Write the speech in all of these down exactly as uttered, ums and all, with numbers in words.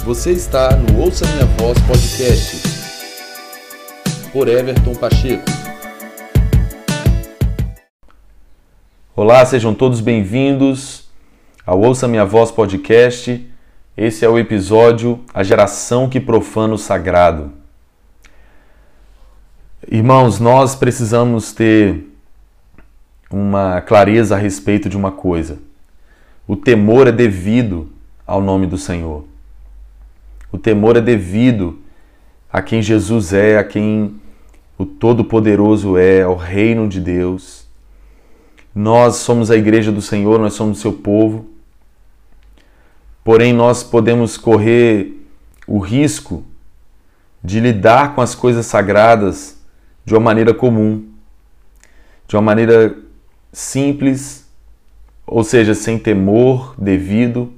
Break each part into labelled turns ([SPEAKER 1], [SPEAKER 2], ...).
[SPEAKER 1] Você está no Ouça Minha Voz Podcast, por Everton Pacheco.
[SPEAKER 2] Olá, sejam todos bem-vindos ao Ouça Minha Voz Podcast. Esse é o episódio A Geração que Profana o Sagrado. Irmãos, nós precisamos ter uma clareza a respeito de uma coisa. O temor é devido ao nome do Senhor. O temor é devido a quem Jesus é, a quem o Todo-Poderoso é, ao reino de Deus. Nós somos a igreja do Senhor, nós somos o seu povo. Porém, nós podemos correr o risco de lidar com as coisas sagradas de uma maneira comum, de uma maneira simples, ou seja, sem temor devido.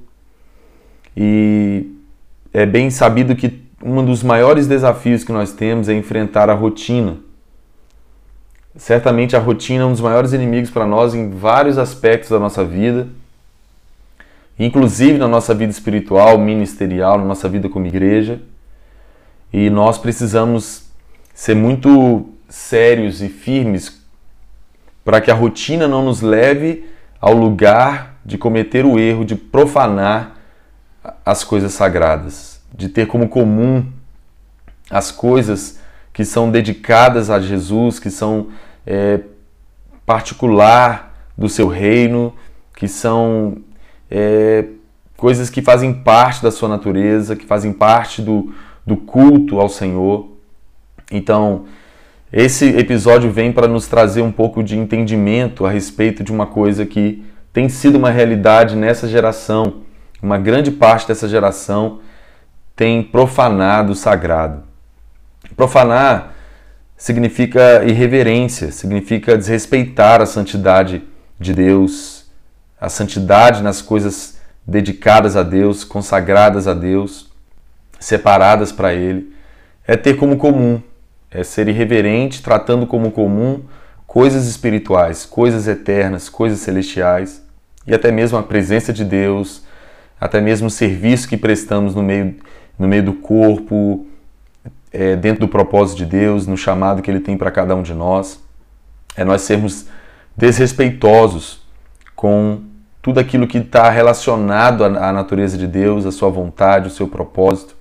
[SPEAKER 2] E é bem sabido que um dos maiores desafios que nós temos é enfrentar a rotina. Certamente a rotina é um dos maiores inimigos para nós em vários aspectos da nossa vida, inclusive na nossa vida espiritual, ministerial, na nossa vida como igreja. E nós precisamos ser muito sérios e firmes para que a rotina não nos leve ao lugar de cometer o erro de profanar as coisas sagradas, de ter como comum as coisas que são dedicadas a Jesus, que são é, particular do seu reino, que são é, coisas que fazem parte da sua natureza, que fazem parte do, do culto ao Senhor. Então, esse episódio vem para nos trazer um pouco de entendimento a respeito de uma coisa que tem sido uma realidade nessa geração. Uma grande parte dessa geração tem profanado o sagrado. Profanar significa irreverência, significa desrespeitar a santidade de Deus, a santidade nas coisas dedicadas a Deus, consagradas a Deus, separadas para Ele. É ter como comum, é ser irreverente, tratando como comum coisas espirituais, coisas eternas, coisas celestiais, e até mesmo a presença de Deus, até mesmo o serviço que prestamos no meio, no meio do corpo, é, dentro do propósito de Deus, no chamado que Ele tem para cada um de nós. É nós sermos desrespeitosos com tudo aquilo que está relacionado à, à natureza de Deus, à sua vontade, ao seu propósito.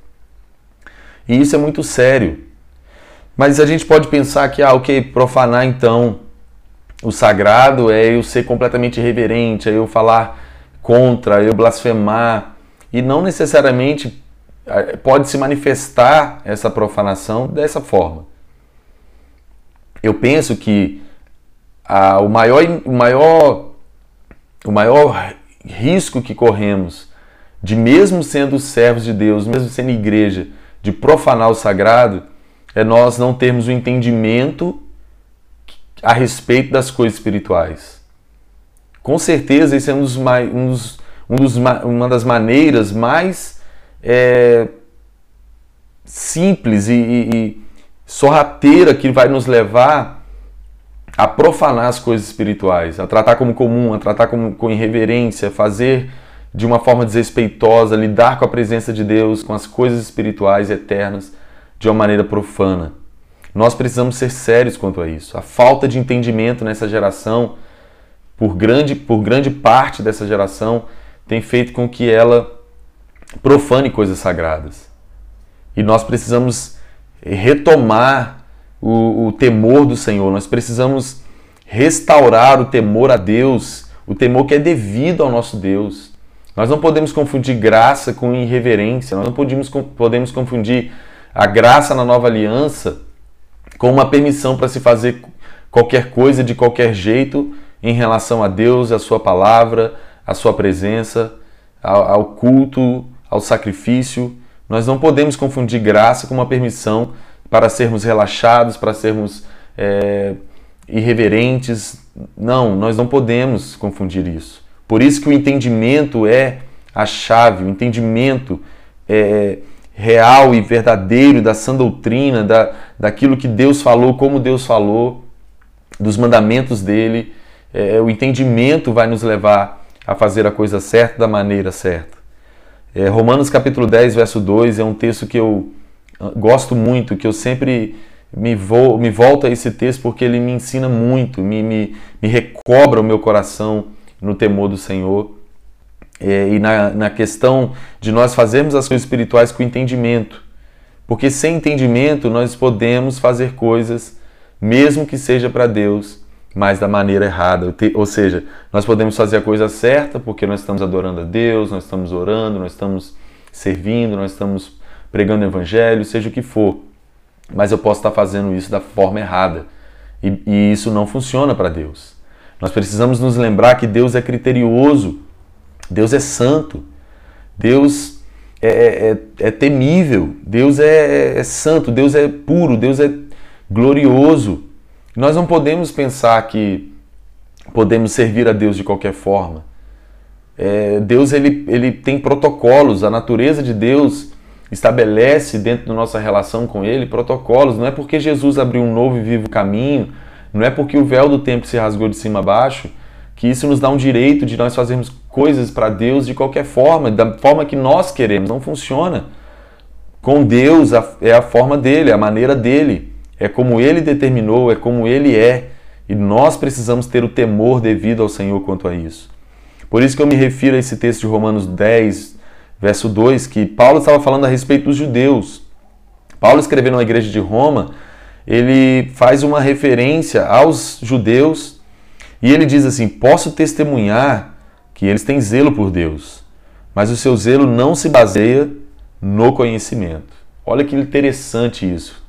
[SPEAKER 2] E isso é muito sério. Mas a gente pode pensar que, ah, ok, profanar então o sagrado é eu ser completamente irreverente, é eu falar contra, eu blasfemar, e não necessariamente pode se manifestar essa profanação dessa forma. Eu penso que a, o, maior, o, maior, o maior risco que corremos de, mesmo sendo servos de Deus, mesmo sendo igreja, de profanar o sagrado, é nós não termos o entendimento a respeito das coisas espirituais. Com certeza, esse é um dos, um dos, um dos, uma das maneiras mais é, simples e, e, e sorrateira que vai nos levar a profanar as coisas espirituais, a tratar como comum, a tratar como, com irreverência, a fazer de uma forma desrespeitosa, lidar com a presença de Deus, com as coisas espirituais eternas, de uma maneira profana. Nós precisamos ser sérios quanto a isso. A falta de entendimento nessa geração, por grande, por grande parte dessa geração, tem feito com que ela profane coisas sagradas. E nós precisamos retomar o, o temor do Senhor, nós precisamos restaurar o temor a Deus, o temor que é devido ao nosso Deus. Nós não podemos confundir graça com irreverência, nós não podemos, podemos confundir a graça na nova aliança com uma permissão para se fazer qualquer coisa de qualquer jeito em relação a Deus, a sua palavra, a sua presença, ao culto, ao sacrifício. Nós não podemos confundir graça com uma permissão para sermos relaxados, para sermos é, irreverentes. Não, nós não podemos confundir isso. Por isso que o entendimento é a chave, o entendimento é, real e verdadeiro da sã doutrina, da, daquilo que Deus falou, como Deus falou, dos mandamentos dele. É, o entendimento vai nos levar a fazer a coisa certa da maneira certa. É, Romanos capítulo dez, verso dois, é um texto que eu gosto muito, que eu sempre me, vou, me volto a esse texto porque ele me ensina muito, me, me, me recobra o meu coração no temor do Senhor. É, e na, na questão de nós fazermos as coisas espirituais com entendimento. Porque sem entendimento nós podemos fazer coisas, mesmo que seja para Deus, mas da maneira errada. Ou seja, nós podemos fazer a coisa certa porque nós estamos adorando a Deus, nós estamos orando, nós estamos servindo, nós estamos pregando o evangelho, seja o que for. Mas eu posso estar fazendo isso da forma errada. E, e isso não funciona para Deus. Nós precisamos nos lembrar que Deus é criterioso, Deus é santo, Deus é, é, é temível, Deus é, é santo, Deus é puro, Deus é glorioso. Nós não podemos pensar que podemos servir a Deus de qualquer forma. É, Deus ele, ele tem protocolos, a natureza de Deus estabelece dentro da nossa relação com Ele protocolos. Não é porque Jesus abriu um novo e vivo caminho, não é porque o véu do templo se rasgou de cima a baixo, que isso nos dá um direito de nós fazermos coisas para Deus de qualquer forma, da forma que nós queremos. Não funciona. Com Deus é a forma dele, é a maneira dele, é como ele determinou, é como ele é, e nós precisamos ter o temor devido ao Senhor quanto a isso. Por isso que eu me refiro a esse texto de Romanos dez, verso dois, que Paulo estava falando a respeito dos judeus. Paulo, escrevendo na igreja de Roma, ele faz uma referência aos judeus e ele diz assim: posso testemunhar que eles têm zelo por Deus, mas o seu zelo não se baseia no conhecimento. Olha que interessante isso.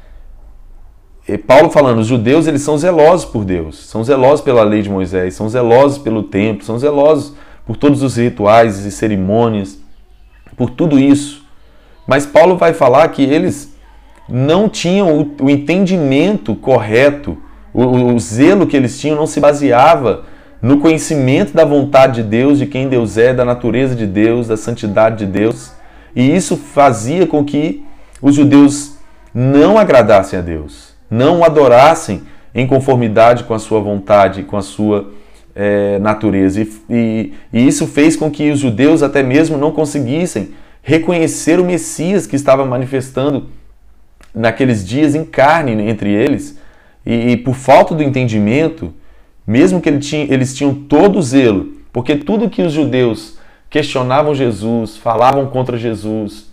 [SPEAKER 2] E Paulo falando, os judeus eles são zelosos por Deus, são zelosos pela lei de Moisés, são zelosos pelo templo, são zelosos por todos os rituais e cerimônias, por tudo isso. Mas Paulo vai falar que eles não tinham o, o entendimento correto, o, o zelo que eles tinham não se baseava no conhecimento da vontade de Deus, de quem Deus é, da natureza de Deus, da santidade de Deus. E isso fazia com que os judeus não agradassem a Deus, não o adorassem em conformidade com a sua vontade, com a sua é, natureza. E, e, e isso fez com que os judeus até mesmo não conseguissem reconhecer o Messias que estava manifestando naqueles dias em carne entre eles. E, e por falta do entendimento, mesmo que ele tinha, eles tinham todo o zelo, porque tudo que os judeus questionavam Jesus, falavam contra Jesus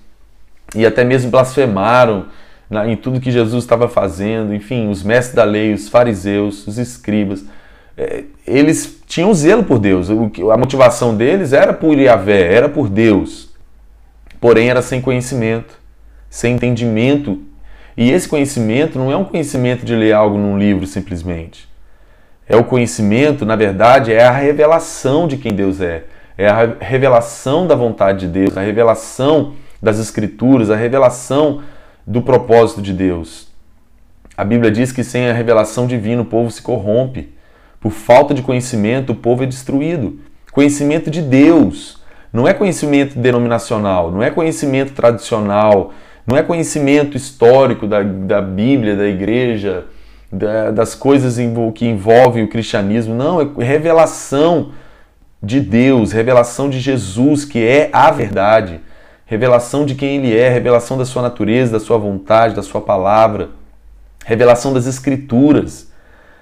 [SPEAKER 2] e até mesmo blasfemaram na, em tudo que Jesus estava fazendo, enfim, os mestres da lei, os fariseus, os escribas, é, eles tinham zelo por Deus. O, a motivação deles era por Yahvé, era por Deus, porém era sem conhecimento, sem entendimento. E esse conhecimento não é um conhecimento de ler algo num livro simplesmente. É o conhecimento, na verdade, é a revelação de quem Deus é. É a revelação da vontade de Deus, a revelação das Escrituras, a revelação do propósito de Deus. A Bíblia diz que sem a revelação divina o povo se corrompe. Por falta de conhecimento, o povo é destruído. Conhecimento de Deus. Não é conhecimento denominacional, não é conhecimento tradicional, não é conhecimento histórico da, da Bíblia, da igreja, da, das coisas que envolvem o cristianismo. Não, é revelação de Deus, revelação de Jesus, que é a verdade, revelação de quem Ele é, revelação da sua natureza, da sua vontade, da sua palavra, revelação das Escrituras.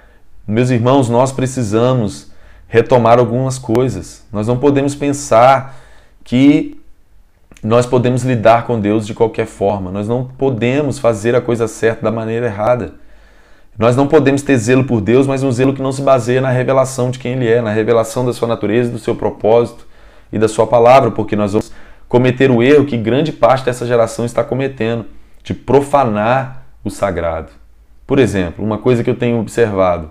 [SPEAKER 2] Meus irmãos, nós precisamos retomar algumas coisas. Nós não podemos pensar que nós podemos lidar com Deus de qualquer forma. Nós não podemos fazer a coisa certa da maneira errada. Nós não podemos ter zelo por Deus, mas um zelo que não se baseia na revelação de quem Ele é, na revelação da sua natureza, do seu propósito e da sua palavra, porque nós vamos cometer o erro que grande parte dessa geração está cometendo, de profanar o sagrado. Por exemplo, uma coisa que eu tenho observado,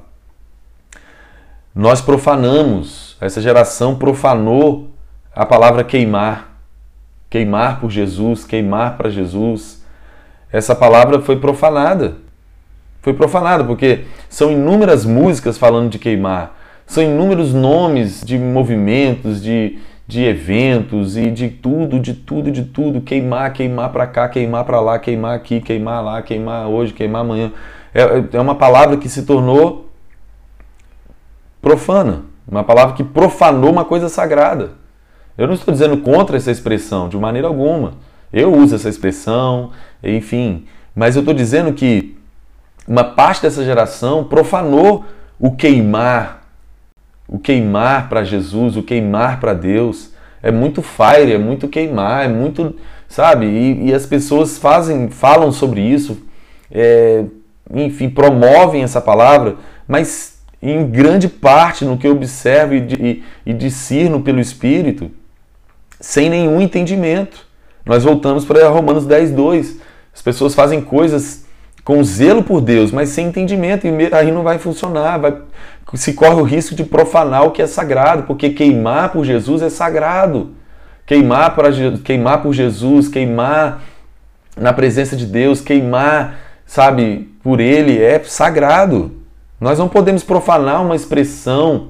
[SPEAKER 2] nós profanamos, essa geração profanou a palavra queimar, queimar por Jesus, queimar para Jesus. Essa palavra foi profanada. Foi profanado, porque são inúmeras músicas falando de queimar, são inúmeros nomes de movimentos, de, de eventos e de tudo, de tudo, de tudo, queimar, queimar para cá, queimar para lá, queimar aqui, queimar lá, queimar hoje, queimar amanhã. É, é uma palavra que se tornou profana, uma palavra que profanou uma coisa sagrada. Eu não estou dizendo contra essa expressão, de maneira alguma. Eu uso essa expressão, enfim. Mas eu estou dizendo que uma parte dessa geração profanou o queimar, o queimar para Jesus, o queimar para Deus. É muito fire, é muito queimar, é muito, sabe? E, e as pessoas fazem, falam sobre isso, é, enfim, promovem essa palavra, mas em grande parte no que eu observo e, e, e discerno pelo Espírito, sem nenhum entendimento. Nós voltamos para Romanos dez, dois. As pessoas fazem coisas com zelo por Deus, mas sem entendimento, e aí não vai funcionar, vai, se corre o risco de profanar o que é sagrado, porque queimar por Jesus é sagrado. Queimar, para, queimar por Jesus, queimar na presença de Deus, queimar, sabe, por Ele é sagrado. Nós não podemos profanar uma expressão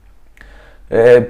[SPEAKER 2] é,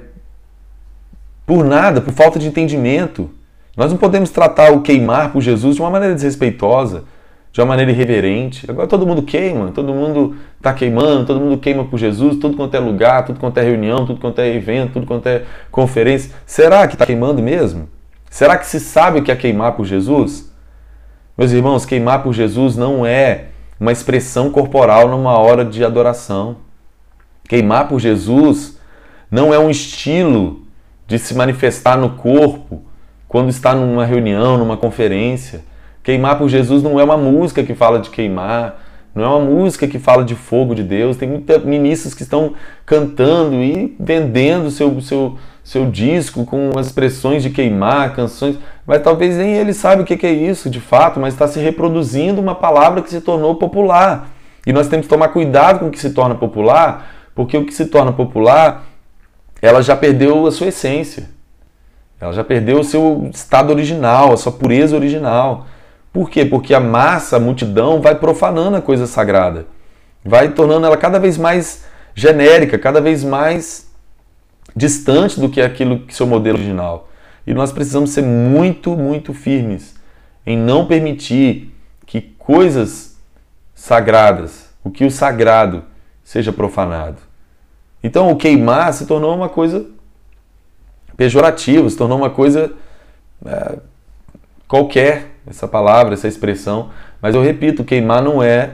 [SPEAKER 2] por nada, por falta de entendimento. Nós não podemos tratar o queimar por Jesus de uma maneira desrespeitosa, de uma maneira irreverente. Agora todo mundo queima, todo mundo está queimando, todo mundo queima por Jesus, tudo quanto é lugar, tudo quanto é reunião, tudo quanto é evento, tudo quanto é conferência. Será que está queimando mesmo? Será que se sabe o que é queimar por Jesus? Meus irmãos, queimar por Jesus não é uma expressão corporal numa hora de adoração. Queimar por Jesus não é um estilo de se manifestar no corpo quando está numa reunião, numa conferência. Queimar por Jesus não é uma música que fala de queimar, não é uma música que fala de fogo de Deus. Tem muitos ministros que estão cantando e vendendo seu, seu, seu disco com as expressões de queimar, canções, mas talvez nem ele saiba o que é isso de fato, mas está se reproduzindo uma palavra que se tornou popular. E nós temos que tomar cuidado com o que se torna popular, porque o que se torna popular, ela já perdeu a sua essência. Ela já perdeu o seu estado original, a sua pureza original. Por quê? Porque a massa, a multidão, vai profanando a coisa sagrada. Vai tornando ela cada vez mais genérica, cada vez mais distante do que é aquilo que seu modelo original. E nós precisamos ser muito, muito firmes em não permitir que coisas sagradas, o que o sagrado, seja profanado. Então o queimar se tornou uma coisa pejorativa, se tornou uma coisa é, qualquer, essa palavra, essa expressão. Mas eu repito, queimar não é,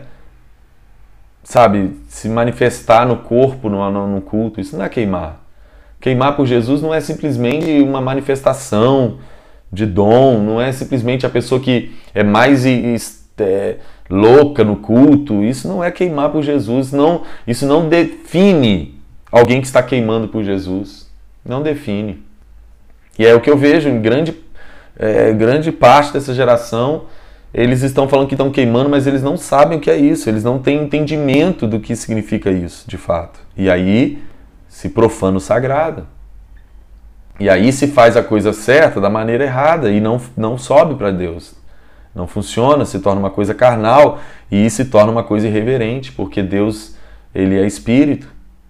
[SPEAKER 2] sabe, se manifestar no corpo, no, no culto. Isso não é queimar. Queimar por Jesus não é simplesmente uma manifestação de dom, não é simplesmente a pessoa que é mais é, louca no culto. Isso não é queimar por Jesus. Não, isso não define alguém que está queimando por Jesus. Não define. E é o que eu vejo em grande, é, grande parte dessa geração. Eles estão falando que estão queimando, mas eles não sabem o que é isso. Eles não têm entendimento do que significa isso, de fato. E aí se profana o sagrado. E aí se faz a coisa certa da maneira errada e não, não sobe para Deus. Não funciona, se torna uma coisa carnal e se torna uma coisa irreverente, porque Deus, ele é espírito.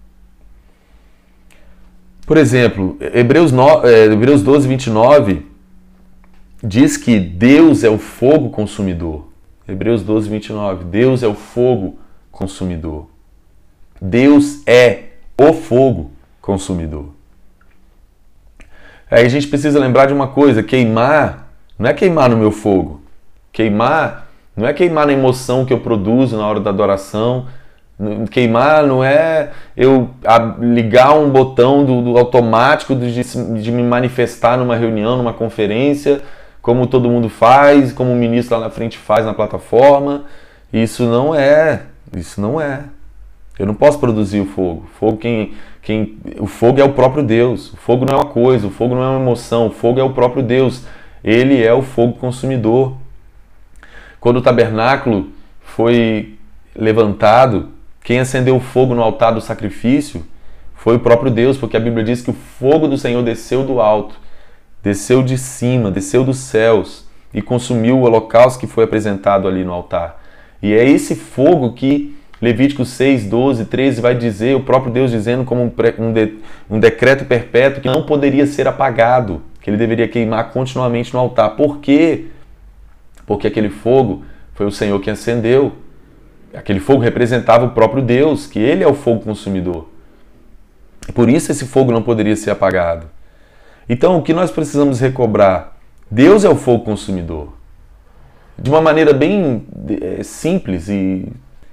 [SPEAKER 2] Por exemplo, Hebreus, no, é, Hebreus doze, vinte e nove diz que Deus é o fogo consumidor. Hebreus doze, vinte e nove. Deus é o fogo consumidor. Deus é o fogo consumidor. Aí a gente precisa lembrar de uma coisa: queimar não é queimar no meu fogo. Queimar não é queimar na emoção que eu produzo na hora da adoração. Queimar não é eu ligar um botão do, do automático de, de me manifestar numa reunião, numa conferência, como todo mundo faz, como o ministro lá na frente faz na plataforma. Isso não é, isso não é. Eu não posso produzir o fogo. O fogo, quem, quem, o fogo é o próprio Deus. O fogo não é uma coisa, o fogo não é uma emoção, o fogo é o próprio Deus. Ele é o fogo consumidor. Quando o tabernáculo foi levantado, quem acendeu o fogo no altar do sacrifício foi o próprio Deus, porque a Bíblia diz que o fogo do Senhor desceu do alto, desceu de cima, desceu dos céus e consumiu o holocausto que foi apresentado ali no altar. E é esse fogo que Levítico seis, doze, treze vai dizer, o próprio Deus dizendo como um, de, um decreto perpétuo que não poderia ser apagado, que ele deveria queimar continuamente no altar. Por quê? Porque aquele fogo foi o Senhor que acendeu. Aquele fogo representava o próprio Deus, que ele é o fogo consumidor. Por isso esse fogo não poderia ser apagado. Então, o que nós precisamos recobrar? Deus é o fogo consumidor. De uma maneira bem é, simples e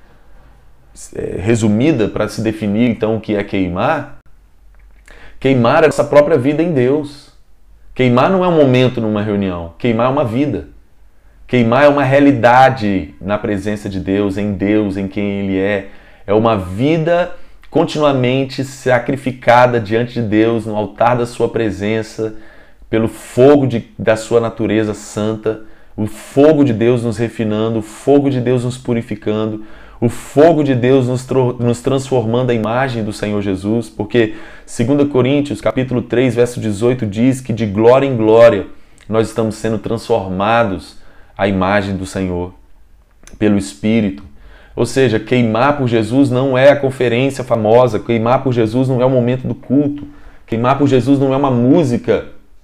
[SPEAKER 2] é, resumida para se definir então o que é queimar, queimar é a nossa própria vida em Deus. Queimar não é um momento numa reunião, queimar é uma vida. Queimar é uma realidade na presença de Deus, em Deus, em quem Ele é. É uma vida continuamente sacrificada diante de Deus, no altar da sua presença, pelo fogo de, da sua natureza santa, o fogo de Deus nos refinando, o fogo de Deus nos purificando, o fogo de Deus nos, nos transformando à imagem do Senhor Jesus, porque dois Coríntios, capítulo três, verso dezoito, diz que de glória em glória nós estamos sendo transformados à imagem do Senhor, pelo Espírito. Ou seja, queimar por Jesus não é a conferência famosa, queimar por Jesus não é o momento do culto, queimar por Jesus não é uma música,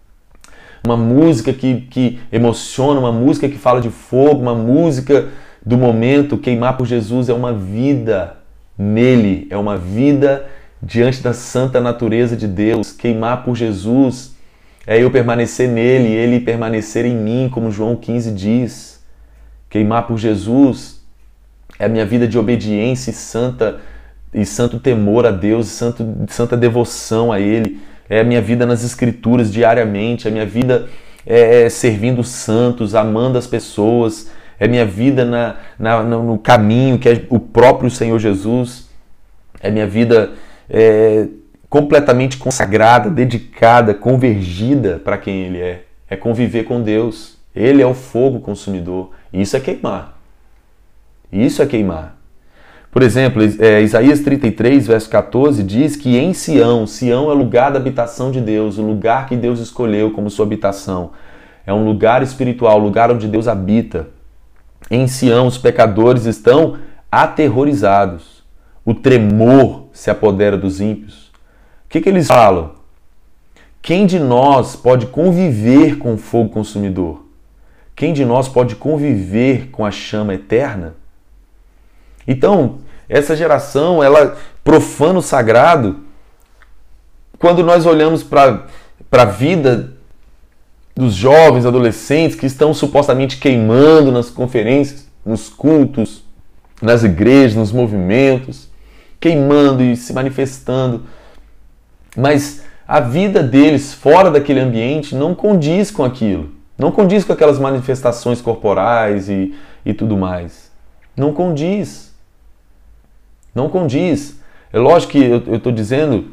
[SPEAKER 2] uma música que, que emociona, uma música que fala de fogo, uma música do momento. Queimar por Jesus é uma vida nele, é uma vida diante da santa natureza de Deus. Queimar por Jesus é eu permanecer nele, ele permanecer em mim, como João quinze diz. Queimar por Jesus é a minha vida de obediência e santa e santo temor a Deus, santo, santa devoção a Ele. É a minha vida nas Escrituras diariamente, é a minha vida é, servindo os santos, amando as pessoas, é a minha vida na, na, no caminho que é o próprio Senhor Jesus, é a minha vida é, completamente consagrada, dedicada, convergida para quem Ele é. É conviver com Deus. Ele é o fogo consumidor. E isso é queimar. Isso é queimar. Por exemplo, é, Isaías trinta e três, verso quatorze, diz que em Sião, Sião é o lugar da habitação de Deus, o lugar que Deus escolheu como sua habitação. É um lugar espiritual, o lugar onde Deus habita. Em Sião, os pecadores estão aterrorizados. O tremor se apodera dos ímpios. O que, que eles falam? Quem de nós pode conviver com o fogo consumidor? Quem de nós pode conviver com a chama eterna? Então, essa geração, ela profana o sagrado. Quando nós olhamos para a vida dos jovens, adolescentes, que estão supostamente queimando nas conferências, nos cultos, nas igrejas, nos movimentos, queimando e se manifestando. Mas a vida deles fora daquele ambiente não condiz com aquilo. Não condiz com aquelas manifestações corporais e, e tudo mais. Não condiz. Não condiz. É lógico que eu estou dizendo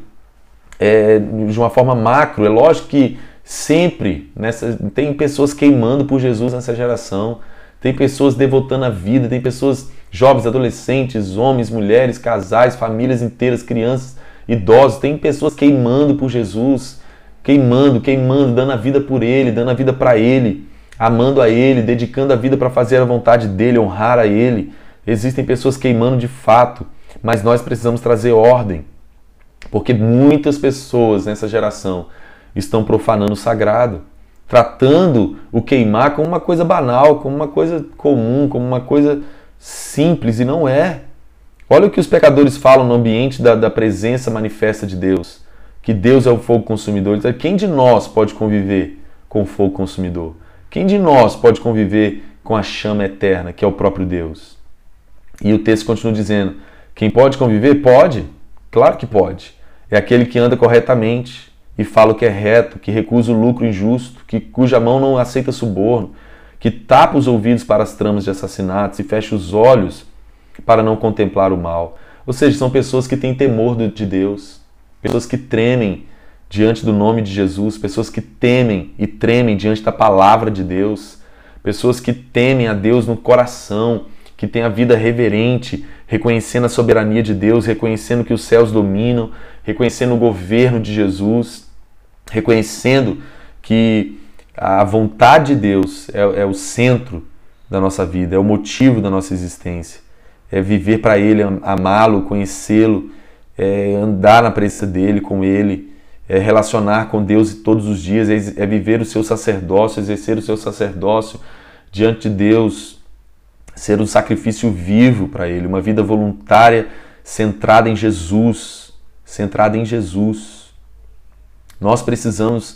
[SPEAKER 2] é, de uma forma macro, é lógico que sempre nessa, tem pessoas queimando por Jesus nessa geração, tem pessoas devotando a vida, tem pessoas, jovens, adolescentes, homens, mulheres, casais, famílias inteiras, crianças, idosos, tem pessoas queimando por Jesus, queimando, queimando, dando a vida por Ele, dando a vida para Ele, amando a Ele, dedicando a vida para fazer a vontade dEle, honrar a Ele. Existem pessoas queimando de fato, mas nós precisamos trazer ordem, porque muitas pessoas nessa geração estão profanando o sagrado, tratando o queimar como uma coisa banal, como uma coisa comum, como uma coisa simples, e não é. Olha o que os pecadores falam no ambiente da, da presença manifesta de Deus, que Deus é o fogo consumidor. Então, quem de nós pode conviver com o fogo consumidor? Quem de nós pode conviver com a chama eterna, que é o próprio Deus? E o texto continua dizendo, quem pode conviver? Pode. Claro que pode. É aquele que anda corretamente e fala o que é reto, que recusa o lucro injusto, que, cuja mão não aceita suborno, que tapa os ouvidos para as tramas de assassinatos e fecha os olhos para não contemplar o mal. Ou seja, são pessoas que têm temor de Deus, pessoas que tremem diante do nome de Jesus, pessoas que temem e tremem diante da palavra de Deus, pessoas que temem a Deus no coração, que têm a vida reverente, reconhecendo a soberania de Deus, reconhecendo que os céus dominam, reconhecendo o governo de Jesus, reconhecendo que a vontade de Deus é, é o centro da nossa vida, é o motivo da nossa existência. É viver para Ele, amá-lo, conhecê-lo, é andar na presença dEle, com Ele, é relacionar com Deus todos os dias, é viver o seu sacerdócio, exercer o seu sacerdócio diante de Deus, ser um sacrifício vivo para Ele, uma vida voluntária centrada em Jesus, centrada em Jesus. Nós precisamos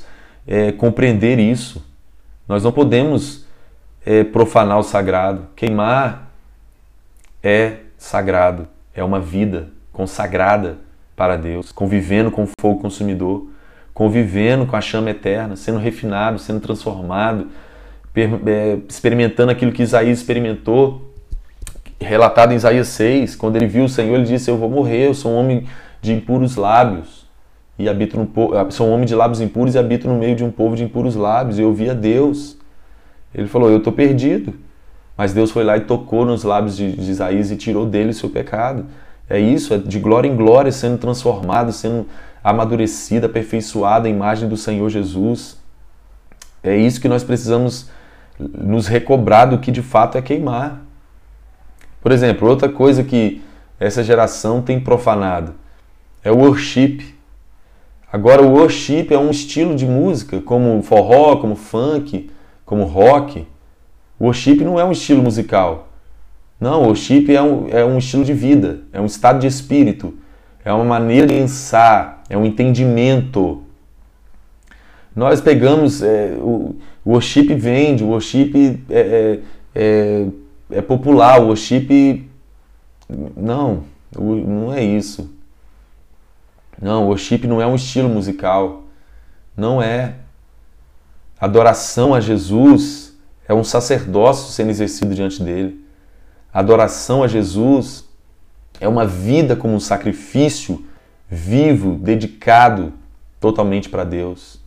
[SPEAKER 2] é, compreender isso. Nós não podemos é, profanar o sagrado. Queimar é sagrado, é uma vida consagrada para Deus, convivendo com o fogo consumidor, convivendo com a chama eterna, sendo refinado, sendo transformado, experimentando aquilo que Isaías experimentou, relatado em Isaías seis, quando ele viu o Senhor, ele disse: eu vou morrer, eu sou um homem de impuros lábios, e habito no po... sou um homem de lábios impuros e habito no meio de um povo de impuros lábios, e eu vi a Deus. Ele falou: eu estou perdido, mas Deus foi lá e tocou nos lábios de, de Isaías e tirou dele o seu pecado. É isso, é de glória em glória, sendo transformado, sendo amadurecida, aperfeiçoada a imagem do Senhor Jesus. É isso que nós precisamos nos recobrar do que de fato é queimar. Por exemplo, outra coisa que essa geração tem profanado é o worship. Agora, o worship é um estilo de música, como forró, como funk, como rock. O worship não é um estilo musical. Não, o worship é um, é um estilo de vida, é um estado de espírito, é uma maneira de pensar, é um entendimento. Nós pegamos, é, o, o worship vende, o worship é, é, é popular, o worship... Não, não é isso. Não, o worship não é um estilo musical, não é. Adoração a Jesus é um sacerdócio sendo exercido diante dele. Adoração a Jesus é uma vida como um sacrifício vivo, dedicado totalmente para Deus.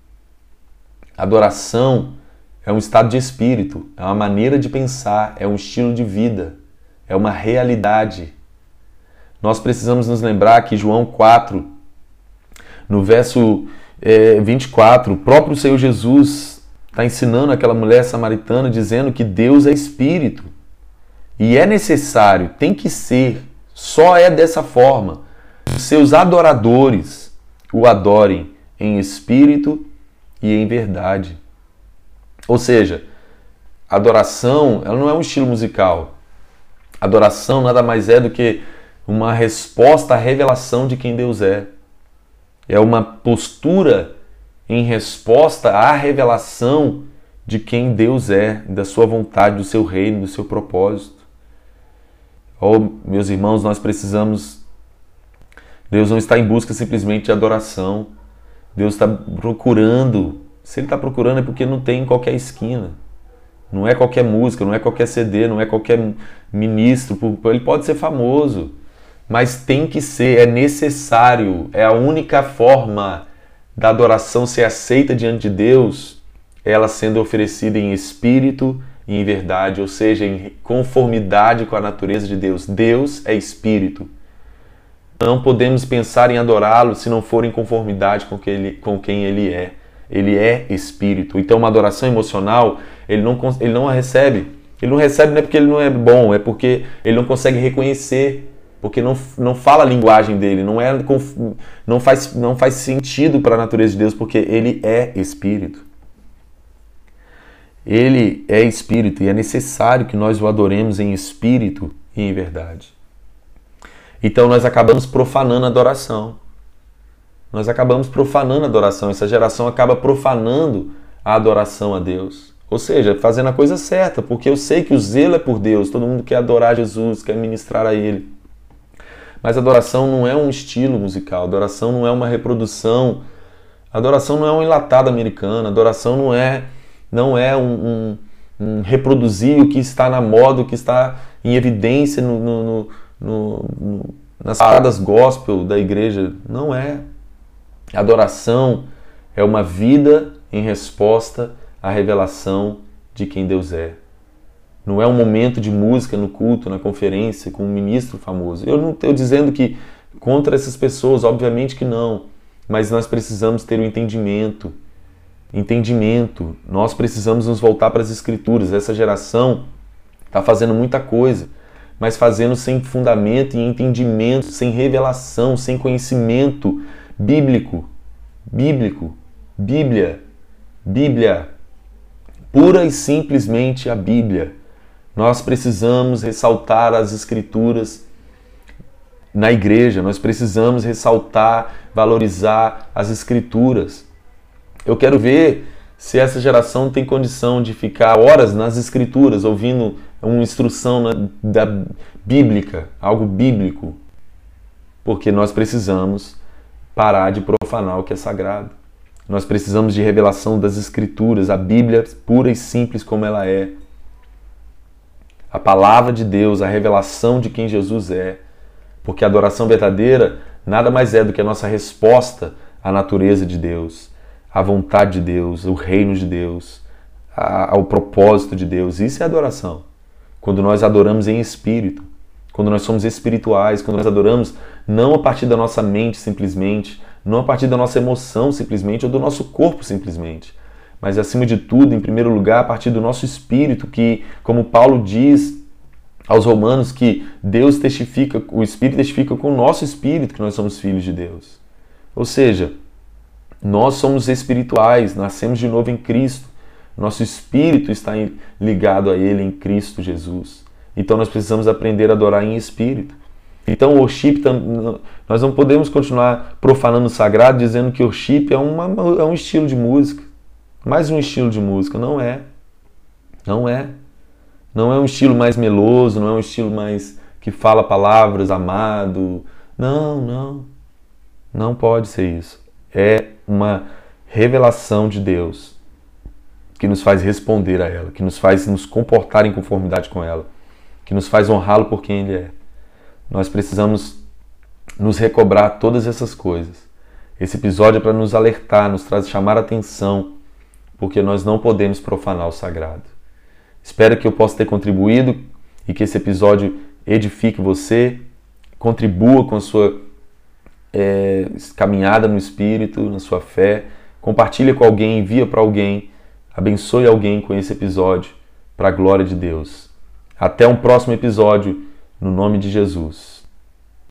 [SPEAKER 2] Adoração é um estado de espírito, é uma maneira de pensar, é um estilo de vida, é uma realidade. Nós precisamos nos lembrar que João quatro, no verso é, vinte e quatro, o próprio Senhor Jesus está ensinando aquela mulher samaritana, dizendo que Deus é espírito. E é necessário, tem que ser, só é dessa forma. Seus adoradores o adorem em espírito e em verdade. Ou seja, adoração, ela não é um estilo musical. Adoração nada mais é do que uma resposta à revelação de quem Deus é. É uma postura em resposta à revelação de quem Deus é, da sua vontade, do seu reino, do seu propósito. Oh, meus irmãos, nós precisamos... Deus não está em busca simplesmente de adoração. Deus está procurando. Se Ele está procurando é porque não tem em qualquer esquina. Não é qualquer música, não é qualquer C D, não é qualquer ministro. Ele pode ser famoso, mas tem que ser, é necessário. É a única forma da adoração ser aceita diante de Deus, ela sendo oferecida em espírito e em verdade, ou seja, em conformidade com a natureza de Deus. Deus é espírito. Não podemos pensar em adorá-lo se não for em conformidade com, que ele, com quem ele é. Ele é espírito. Então, uma adoração emocional, ele não, ele não a recebe. Ele não recebe não é porque ele não é bom, é porque ele não consegue reconhecer, porque não, não fala a linguagem dele, não, é, não, faz, não faz sentido para a natureza de Deus, porque ele é espírito. Ele é espírito e é necessário que nós o adoremos em espírito e em verdade. Então nós acabamos profanando a adoração. Nós acabamos profanando a adoração. Essa geração acaba profanando a adoração a Deus. Ou seja, fazendo a coisa certa, porque eu sei que o zelo é por Deus. Todo mundo quer adorar Jesus, quer ministrar a Ele. Mas a adoração não é um estilo musical. A adoração não é uma reprodução. A adoração não é um enlatado americano. A adoração não é... Não é um, um, um reproduzir o que está na moda, o que está em evidência no, no, no, no, no, nas paradas gospel da igreja. Não é. A adoração é uma vida em resposta à revelação de quem Deus é. Não é um momento de música no culto, na conferência, com um ministro famoso. Eu não estou dizendo que contra essas pessoas, obviamente que não. Mas nós precisamos ter o entendimento. Entendimento. Nós precisamos nos voltar para as Escrituras. Essa geração está fazendo muita coisa, mas fazendo sem fundamento e entendimento, sem revelação, sem conhecimento bíblico. Bíblico. Bíblia. Bíblia. Pura e simplesmente a Bíblia. Nós precisamos ressaltar as Escrituras na igreja. Nós precisamos ressaltar, valorizar as Escrituras. Eu quero ver se essa geração tem condição de ficar horas nas escrituras, ouvindo uma instrução na, da bíblica, algo bíblico. Porque nós precisamos parar de profanar o que é sagrado. Nós precisamos de revelação das escrituras, a Bíblia pura e simples como ela é. A palavra de Deus, a revelação de quem Jesus é. Porque a adoração verdadeira nada mais é do que a nossa resposta à natureza de Deus, à vontade de Deus, ao reino de Deus, ao propósito de Deus. Isso é adoração. Quando nós adoramos em espírito, quando nós somos espirituais, quando nós adoramos não a partir da nossa mente simplesmente, não a partir da nossa emoção simplesmente, ou do nosso corpo simplesmente, mas acima de tudo, em primeiro lugar, a partir do nosso espírito, que, como Paulo diz aos Romanos, que Deus testifica, o Espírito testifica com o nosso espírito que nós somos filhos de Deus. Ou seja, nós somos espirituais, nascemos de novo em Cristo. Nosso espírito está ligado a Ele em Cristo Jesus. Então nós precisamos aprender a adorar em espírito. Então o worship, nós não podemos continuar profanando o sagrado dizendo que o worship é, uma, é um estilo de música. Mais um estilo de música. Não é. Não é. Não é um estilo mais meloso, não é um estilo mais que fala palavras, amado. Não, não. Não pode ser isso. É uma revelação de Deus que nos faz responder a ela, que nos faz nos comportar em conformidade com ela, que nos faz honrá-lo por quem Ele é. Nós precisamos nos recobrar todas essas coisas. Esse episódio é para nos alertar, nos traz, chamar a atenção, porque nós não podemos profanar o sagrado. Espero que eu possa ter contribuído e que esse episódio edifique você, contribua com a sua é, caminhada no Espírito, na sua fé. Compartilhe com alguém, envia para alguém, abençoe alguém com esse episódio, para a glória de Deus. Até um próximo episódio, no nome de Jesus.